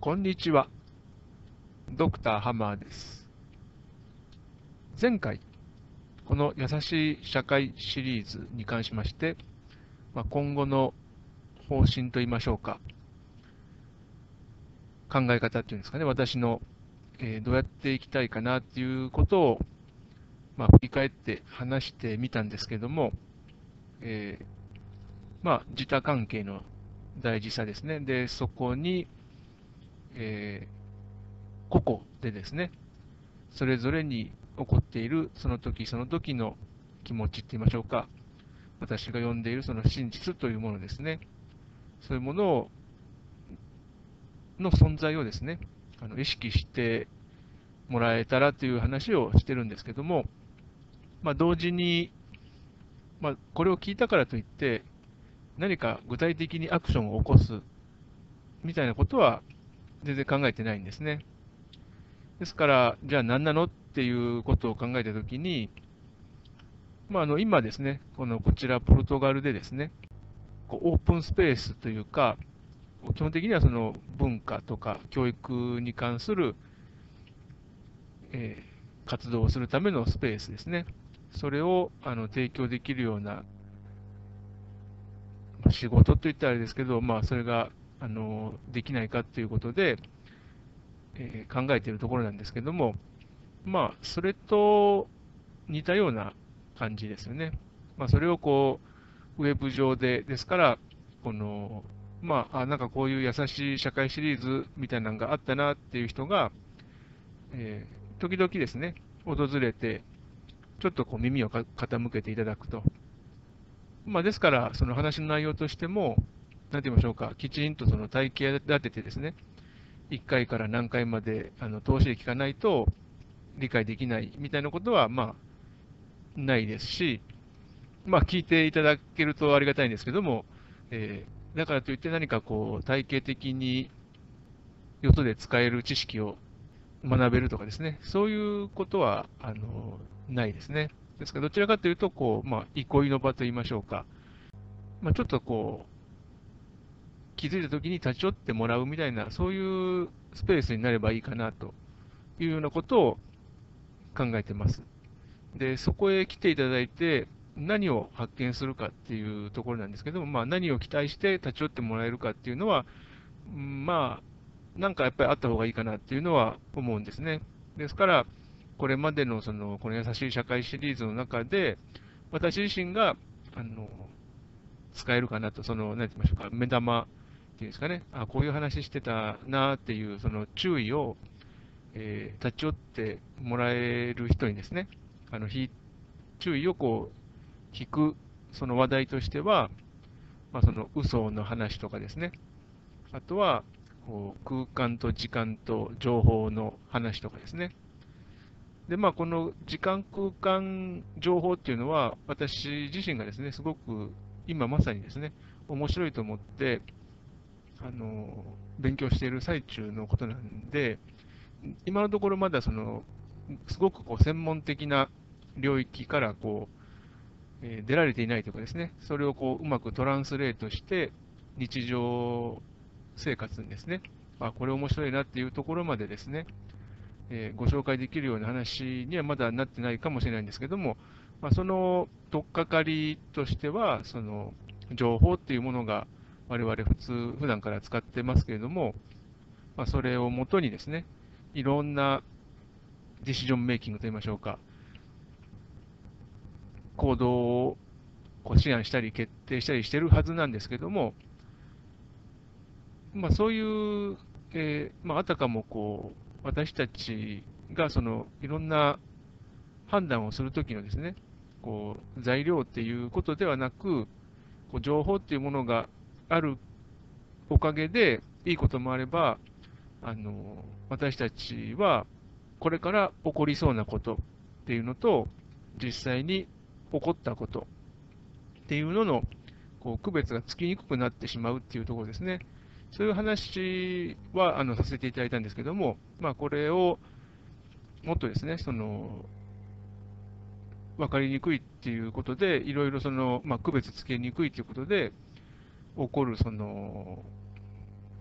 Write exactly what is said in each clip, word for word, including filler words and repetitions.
こんにちは、ドクターハマーです。前回、この優しい社会シリーズに関しまして、まあ、今後の方針といいましょうか、考え方っていうんですかね、私の、えーどうやっていきたいかなっていうことを、まあ、振り返って話してみたんですけども、えーまあ、自他関係の大事さですね。で、そこに、えー個々でですね、それぞれに起こっているその時その時の気持ちって言いましょうか、私が呼んでいるその真実というものですね、そういうものをの存在をですね、あの意識してもらえたらという話をしてるんですけども、まあ、同時に、まあ、これを聞いたからといって、何か具体的にアクションを起こすみたいなことは全然考えてないんですね。ですから、じゃあ何なのっていうことを考えたときに、まあ、あの今ですね、このこちらポルトガルでですね、こうオープンスペースというか、基本的にはその文化とか教育に関する、えー活動をするためのスペースですね。それをあの提供できるようなまあ仕事といったらあれですけど、まあ、それがあのできないかということで、えー考えているところなんですけども、まあ、それと似たような感じですよね。まあ、それをこう、ウェブ上で、ですから、この、まあ、あ、なんかこういう優しい社会シリーズみたいなのがあったなっていう人が、えー時々ですね、訪れて、ちょっとこう耳をか傾けていただくと。まあ、ですから、その話の内容としても、なんて言いましょうか、きちんとその体系立ててですね、いっかいから何回まであの通しで聞かないと理解できないみたいなことは、まあ、ないですし、まあ、聞いていただけるとありがたいんですけども、えーだからといって何かこう、体系的によそで使える知識を学べるとかですね、そういうことは、あの、ないですね。ですから、どちらかというと、こう、まあ、憩いの場といいましょうか、まあ、ちょっとこう、気づいたときに立ち寄ってもらうみたいな、そういうスペースになればいいかなというようなことを考えてます。で、そこへ来ていただいて、何を発見するかっていうところなんですけども、まあ、何を期待して立ち寄ってもらえるかっていうのは、うんまあ、なんかやっぱりあった方がいいかなっていうのは思うんですね。ですから、これまでのその、この優しい社会シリーズの中で、私自身が、あの、使えるかなと、その、なんて言いましょうか、目玉っていうんですかね、あ、こういう話してたなっていう、その注意を、えー立ち寄ってもらえる人にですね、あの、ひ注意をこう、引く、その話題としては、まあ、その嘘の話とかですね、あとは、こう空間と時間と情報の話とかですね。で、まあ、この時間、空間、情報っていうのは、私自身がですね、すごく今まさにですね、面白いと思って、あの、勉強している最中のことなんで、今のところまだその、すごくこう専門的な領域からこう、えー出られていないというかですね、それをこううまくトランスレートして、日常生活にですね、あ、これ面白いなっていうところまでですね、えーご紹介できるような話にはまだなってないかもしれないんですけども、まあ、その取っかかりとしては、その情報っていうものが我々普通、普段から使ってますけれども、まあ、それをもとにですね、いろんなディシジョンメイキングといいましょうか、行動をこう思案したり決定したりしてるはずなんですけども、まあ、そういう、えーまあ、あたかもこう私たちがそのいろんな判断をするときのですね、こう材料っていうことではなく、こう情報っていうものがあるおかげで、いいこともあれば、あの私たちはこれから起こりそうなことっていうのと、実際に起こったことっていうののこう区別がつきにくくなってしまうっていうところですね。そういう話はあのさせていただいたんですけども、まあ、これをもっとですね、その分かりにくいっていうことで、いろいろその、まあ、区別つけにくいということで、起こるその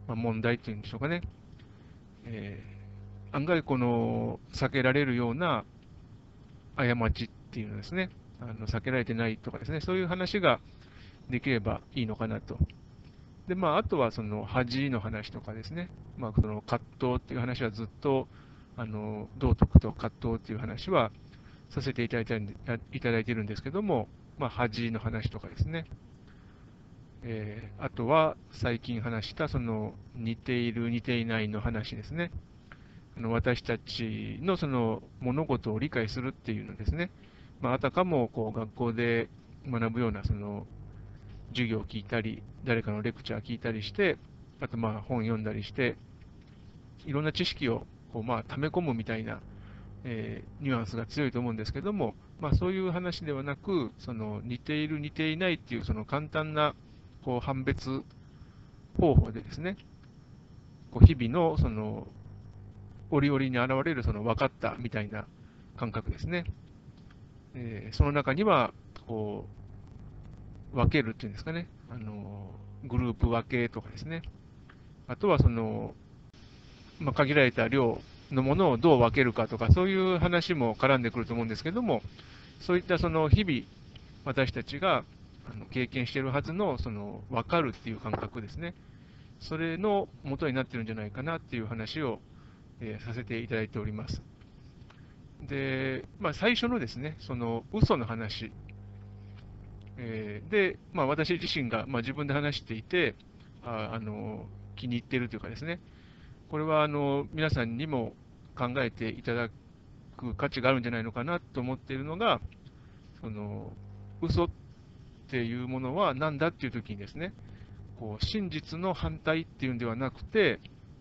まあ、問題というんでしょうかね。えー、案外この避けられるような過ちっていうのですね、あの避けられてないとかですね、そういう話ができればいいのかなと。で、まあ、あとはその恥の話とかですね、まあ、その葛藤っていう話はずっと、あの道徳と葛藤っていう話はさせていただいたんでいただいているんですけども、まあ、恥の話とかですね、えーあとは最近話したその似ている、似ていないの話ですね。あの私たちのその物事を理解するっていうのですね。まあ、あたかもこう学校で学ぶようなその授業を聞いたり、誰かのレクチャー聞いたりして、あとまあ本読んだりして、いろんな知識をこうまあ溜め込むみたいな、えーニュアンスが強いと思うんですけども、まあ、そういう話ではなく、その似ている、似ていないっていうその簡単なこう判別方法でですね、こう日々のその折々に現れるその分かったみたいな感覚ですね。えーその中にはこう分けるっていうんですかね、あのグループ分けとかですね、あとはその、まあ、限られた量のものをどう分けるかとか、そういう話も絡んでくると思うんですけども、そういったその日々、私たちがあの経験しているはずの、その分かるっていう感覚ですね、それの元になってるんじゃないかなっていう話を、えーさせていただいております。で、まあ、最初のですね、その嘘の話、えーで、まあ、私自身が、まあ、自分で話していて、あ、あの気に入っているというかですね、これはあの皆さんにも考えていただく価値があるんじゃないのかなと思っているのが、その嘘っていうものは何だっていうときにですね、こう真実の反対っていうんではなくて、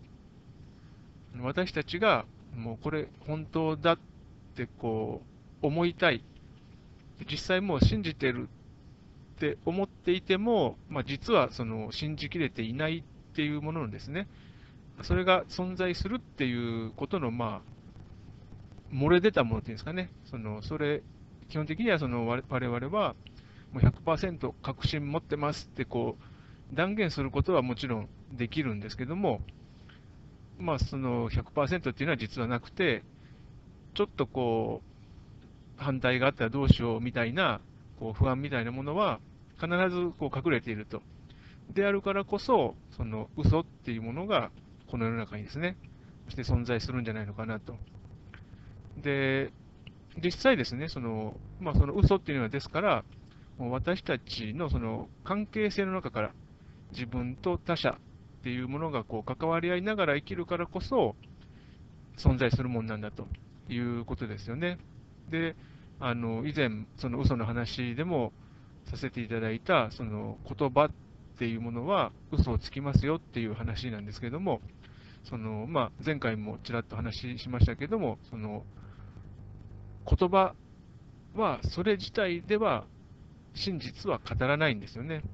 私たちがもうこれ本当だってこう思いたい、実際もう信じてるって思っていても、まあ、実はその信じきれていないっていうもののですね、それが存在するっていうことの、まあ、漏れ出たものっていうんですかね、そのそれ基本的にはその我我々はもうひゃくパーセント確信持ってますってこう断言することはもちろんできるんですけども、まあ、そのひゃくパーセントっていうのは実はなくて、ちょっとこう反対があったらどうしようみたいなこう不安みたいなものは必ずこう隠れていると。であるからこそ、その嘘っていうものがこの世の中にですね、そして存在するんじゃないのかなと。で、実際ですね、その、まあ、その嘘っていうのはですから、もう私たちのその関係性の中から自分と他者っていうものがこう関わり合いながら生きるからこそ存在するものなんだということですよね。で、あの以前、その嘘の話でもさせていただいた、その言葉っていうものは嘘をつきますよっていう話なんですけれども、そのまあ、前回もちらっと話しましたけれども、その言葉はそれ自体では真実は語らないんですよね。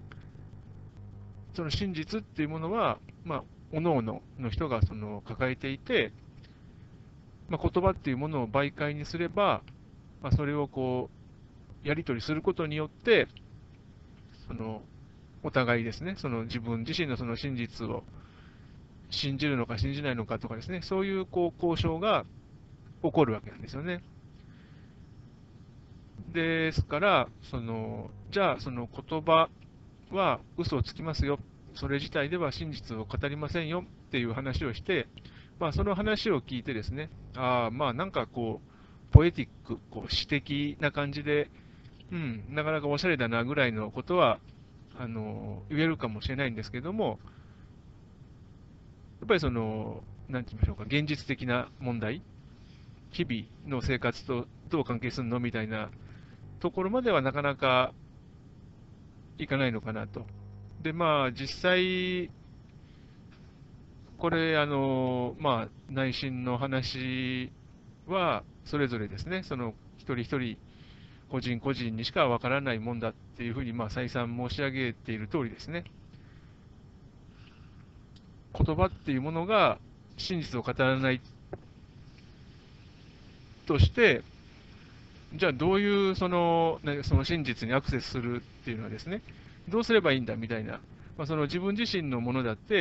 その真実っていうものは、まあ、各々の人がその抱えていて、まあ、言葉っていうものを媒介にすれば、まあ、それをこうやり取りすることによって、そのお互いですね、その自分自身のその真実を信じるのか信じないのかとかですね、そういうこう交渉が起こるわけなんですよね。ですから、そのじゃあ、その言葉は嘘をつきますよ、それ自体では真実を語りませんよっていう話をして、まあ、その話を聞いてですね、ああ、まあなんかこう、ポエティック、こう詩的な感じで、うん、なかなかおしゃれだなぐらいのことはあの言えるかもしれないんですけども、やっぱりその、なんて言いましょうか、現実的な問題、日々の生活とどう関係するのみたいなところまではなかなかいかないのかなと。で、まあ、実際、これ、あの、まあ、内心の話は、それぞれですね、その一人一人、個人個人にしかわからないもんだっていうふうに、まあ、再三申し上げている通りですね、言葉っていうものが真実を語らないとして、じゃあどういうその、ね、その真実にアクセスするっていうのはですね、どうすればいいんだみたいな、まあ、その自分自身のものだって、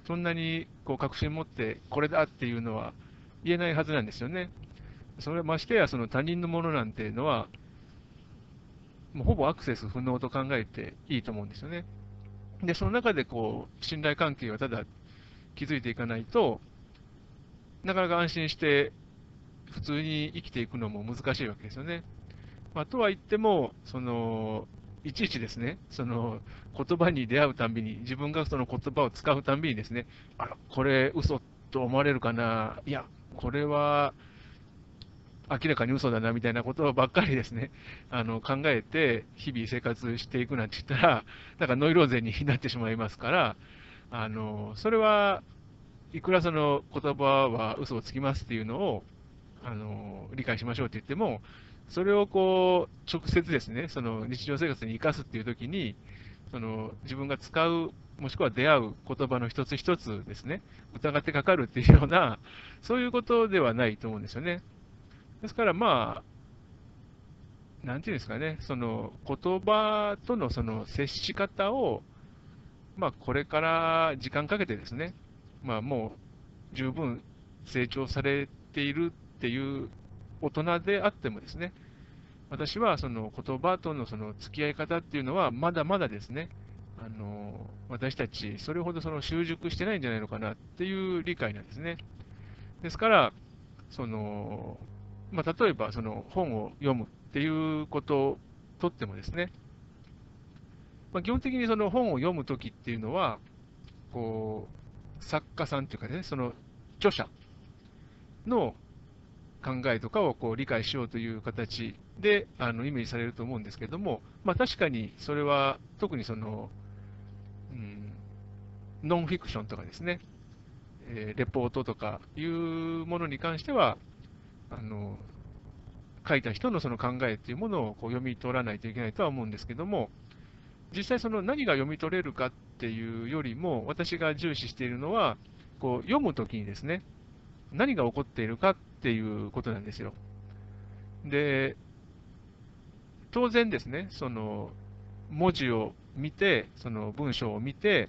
そんなにこう確信持って、これだっていうのは言えないはずなんですよね。それましてやその他人のものなんていうのは、もうほぼアクセス不能と考えていいと思うんですよね。で、その中でこう信頼関係をただ築いていかないと、なかなか安心して普通に生きていくのも難しいわけですよね。まあ、とは言っても、そのいちいちですね、その言葉に出会うたんびに、自分がその言葉を使うたんびにですね、あら、これ、嘘と思われるかな、いや、これは明らかに嘘だなみたいなことばっかりですね、あの考えて、日々生活していくなんて言ったら、なんかノイローゼになってしまいますから、あのそれはいくらその言葉は嘘をつきますっていうのをあの理解しましょうって言っても、それをこう直接ですね、その日常生活に生かすっていうときに、その自分が使う、もしくは出会う言葉の一つ一つですね、疑ってかかるっていうような、そういうことではないと思うんですよね。ですからまあ、なんていうんですかね、その言葉とのその接し方を、まあ、これから時間かけてですね、まあ、もう十分成長されているっていう大人であってもですね、私はその言葉とのその付き合い方っていうのは、まだまだですね、あの私たち、それほどその習熟してないんじゃないのかなっていう理解なんですね。ですから、そのまあ、例えばその本を読むっていうことをとってもですね、まあ、基本的にその本を読むときっていうのは、こう作家さんというかね、その著者の考えとかをこう理解しようという形であのイメージされると思うんですけども、まあ、確かにそれは特にその、うん、ノンフィクションとかですね、えーレポートとかいうものに関しては、あの書いた人のその考えっていうものをこう読み取らないといけないとは思うんですけども、実際その何が読み取れるかっていうよりも、私が重視しているのは、こう読むときにですね、何が起こっているかっていうことなんですよ。で、当然ですね、その文字を見て、その文章を見て、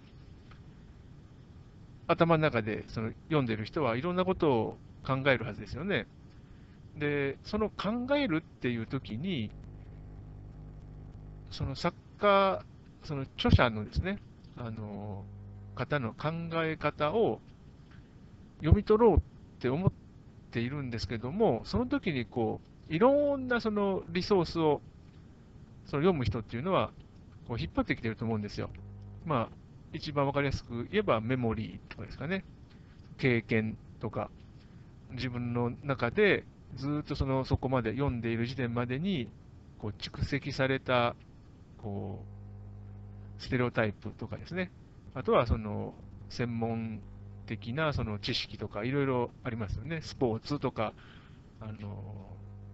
頭の中でその読んでる人はいろんなことを考えるはずですよね。で、その考えるっていうときに、その作家、その著者のですね、あの方の考え方を読み取ろうって思っているんですけども、その時にこういろんなそのリソースをその読む人っていうのはこう引っ張ってきてると思うんですよ。まあ、一番わかりやすく言えばメモリーとかですかね、経験とか、自分の中でずっとそのそこまで読んでいる時点までにこう蓄積されたこうステレオタイプとかですね、あとはその専門的なその知識とかいろいろありますよね、スポーツとか、あの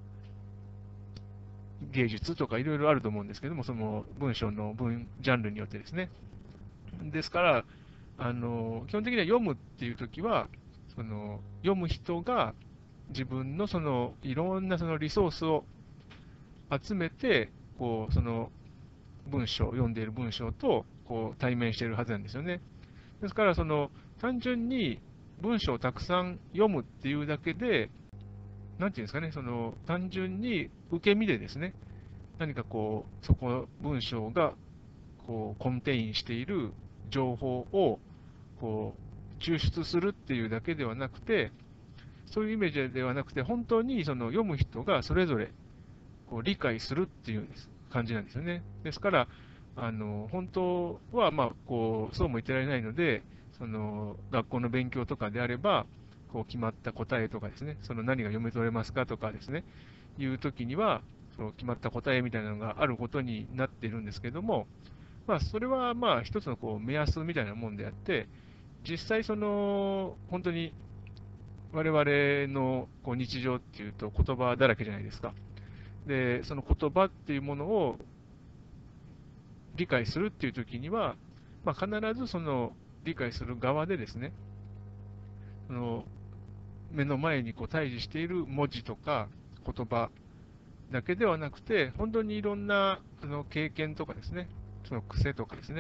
芸術とかいろいろあると思うんですけども、その文章の文ジャンルによってですね。ですから、あの基本的には読むっていうときは、その読む人が自分のそのいろんなそのリソースを集めて、こうその文章、読んでいる文章とこう対面しているはずなんですよね。ですから、その単純に文章をたくさん読むっていうだけで、なんていうんですかね、その単純に受け身でですね、何かこう、そこ文章がこうコンテインしている情報をこう抽出するっていうだけではなくて、そういうイメージではなくて、本当にその読む人がそれぞれこう理解するっていう感じなんですよね。ですから、あの本当はまあこうそうも言ってられないので、その学校の勉強とかであれば、こう決まった答えとかですね、その何が読み取れますかとかですね、いうときには、その決まった答えみたいなのがあることになっているんですけども、まあ、それはまあ一つのこう目安みたいなもんであって、実際、その本当に我々のこう日常っていうと言葉だらけじゃないですか。で、その言葉っていうものを理解するっていうときには、まあ、必ずその理解する側でですね、その目の前にこう対峙している文字とか言葉だけではなくて、本当にいろんなその経験とかですね、その癖とかですね、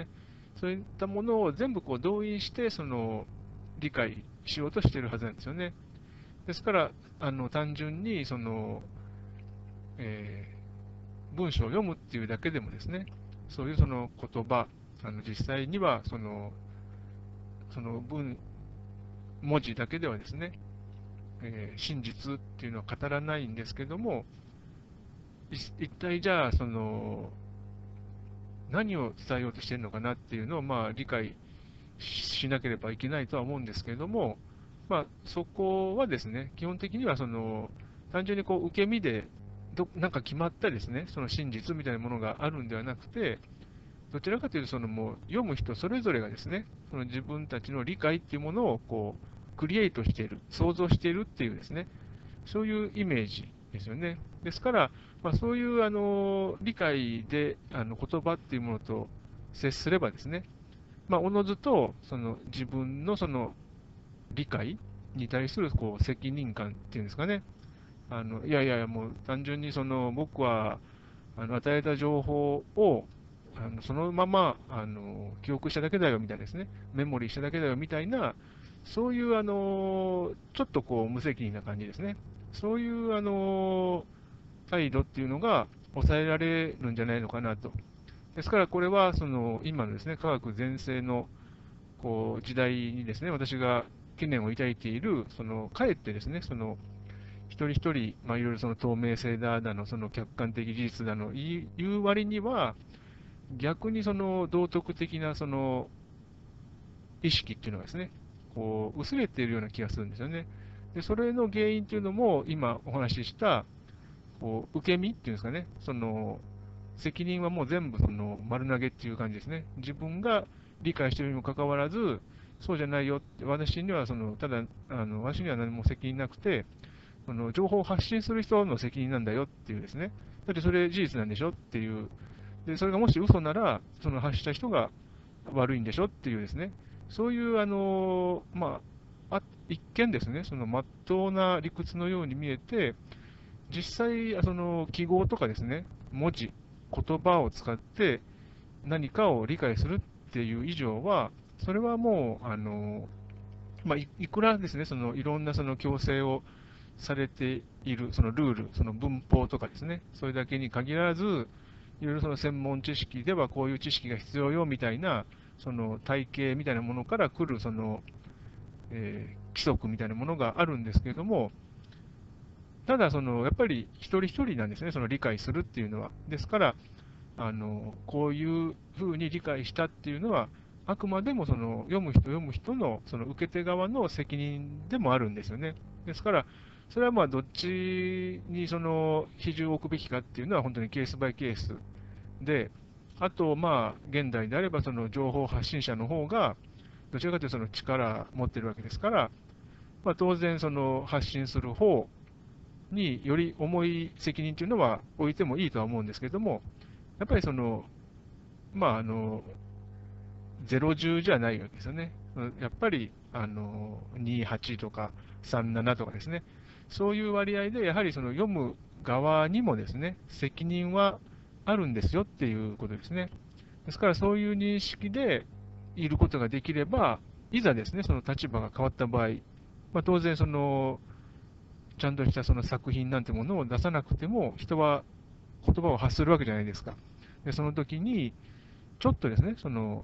そういったものを全部こう動員して、その理解しようとしているはずなんですよね。ですから、あの単純にその、えー文章を読むっていうだけでもですね、そういうその言葉、あの実際にはそのその文、文字だけではですね、えー真実っていうのは語らないんですけども、い一体じゃあ、その何を伝えようとしているのかなっていうのをまあ理解しなければいけないとは思うんですけれども、まあ、そこはですね、基本的にはその単純にこう受け身でど、なんか決まったですね、その真実みたいなものがあるんではなくて、どちらかというと、そのもう読む人それぞれがですね、その自分たちの理解っていうものをこうクリエイトしている、想像しているっていうですね、そういうイメージですよね。ですから、まあ、そういうあの理解であの言葉っていうものと接すればですね、まあ、おのずとその自分のその理解に対するこう責任感っていうんですかね、あのいやいやいや、もう単純にその僕はあの与えた情報をあのそのままあの記憶しただけだよみたいなですね、メモリーしただけだよみたいな、そういうあのちょっとこう無責任な感じですね。そういうあの態度っていうのが抑えられるんじゃないのかなと。ですからこれはその今のですね、科学全盛のこう時代にですね、私が懸念を抱いている、そのかえってですね、その一人一人、まあ、いろいろその透明性だだの、その客観的事実だの言う割には、逆にその道徳的なその意識っていうのがですね、こう薄れているような気がするんですよね。で、それの原因っていうのも、今お話しした、こう受け身っていうんですかね、その責任はもう全部その丸投げっていう感じですね。自分が理解しているにもかかわらず、そうじゃないよって、私にはその、ただ、あの私には何も責任なくて、その情報を発信する人の責任なんだよっていうですね、だってそれ事実なんでしょっていう、でそれがもし嘘なら、その発した人が悪いんでしょっていうですね、そういう、あのまあ、あ一見ですね、その真っ当な理屈のように見えて、実際、その記号とかですね、文字、言葉を使って何かを理解するっていう以上は、それはもう、あのまあ、いいくらですね、そのいろんなその強制をされている、そのルール、その文法とかですね、それだけに限らず、いろいろその専門知識ではこういう知識が必要よみたいな、その体系みたいなものから来るその、えー規則みたいなものがあるんですけれども、ただその、やっぱり一人一人なんですね、その理解するっていうのは。ですから、あのこういうふうに理解したっていうのは、あくまでもその読む人、読む人のその受け手側の責任でもあるんですよね。ですから、それはまあどっちにその比重を置くべきかっていうのは本当にケースバイケースで、あと、まあ現代であればその情報発信者の方が、どちらかというとその力を持ってるわけですから、まあ、当然その発信する方により重い責任というのは置いてもいいとは思うんですけれども、やっぱりその、まあ、あの、ゼロじゅうじゃないわけですよね。やっぱり、あの、にはちとかさんななとかですね、そういう割合で、やはりその読む側にもですね、責任はあるんですよっていうことですね。ですから、そういう認識でいることができれば、いざですね、その立場が変わった場合、まあ、当然、その、ちゃんとしたその作品なんてものを出さなくても、人は言葉を発するわけじゃないですか。で、その時に、ちょっとですね、その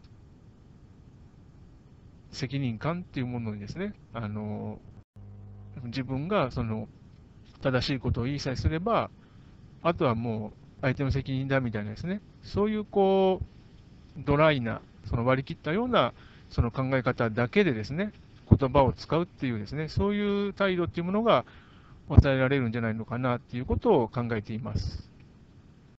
責任感っていうものにですね、あの自分がその正しいことを言いさえすれば、あとはもう相手の責任だみたいなですね、そういうこう、ドライな、その割り切ったようなその考え方だけでですね、言葉を使うっていうですね、そういう態度っていうものが抑えられるんじゃないのかなっていうことを考えています。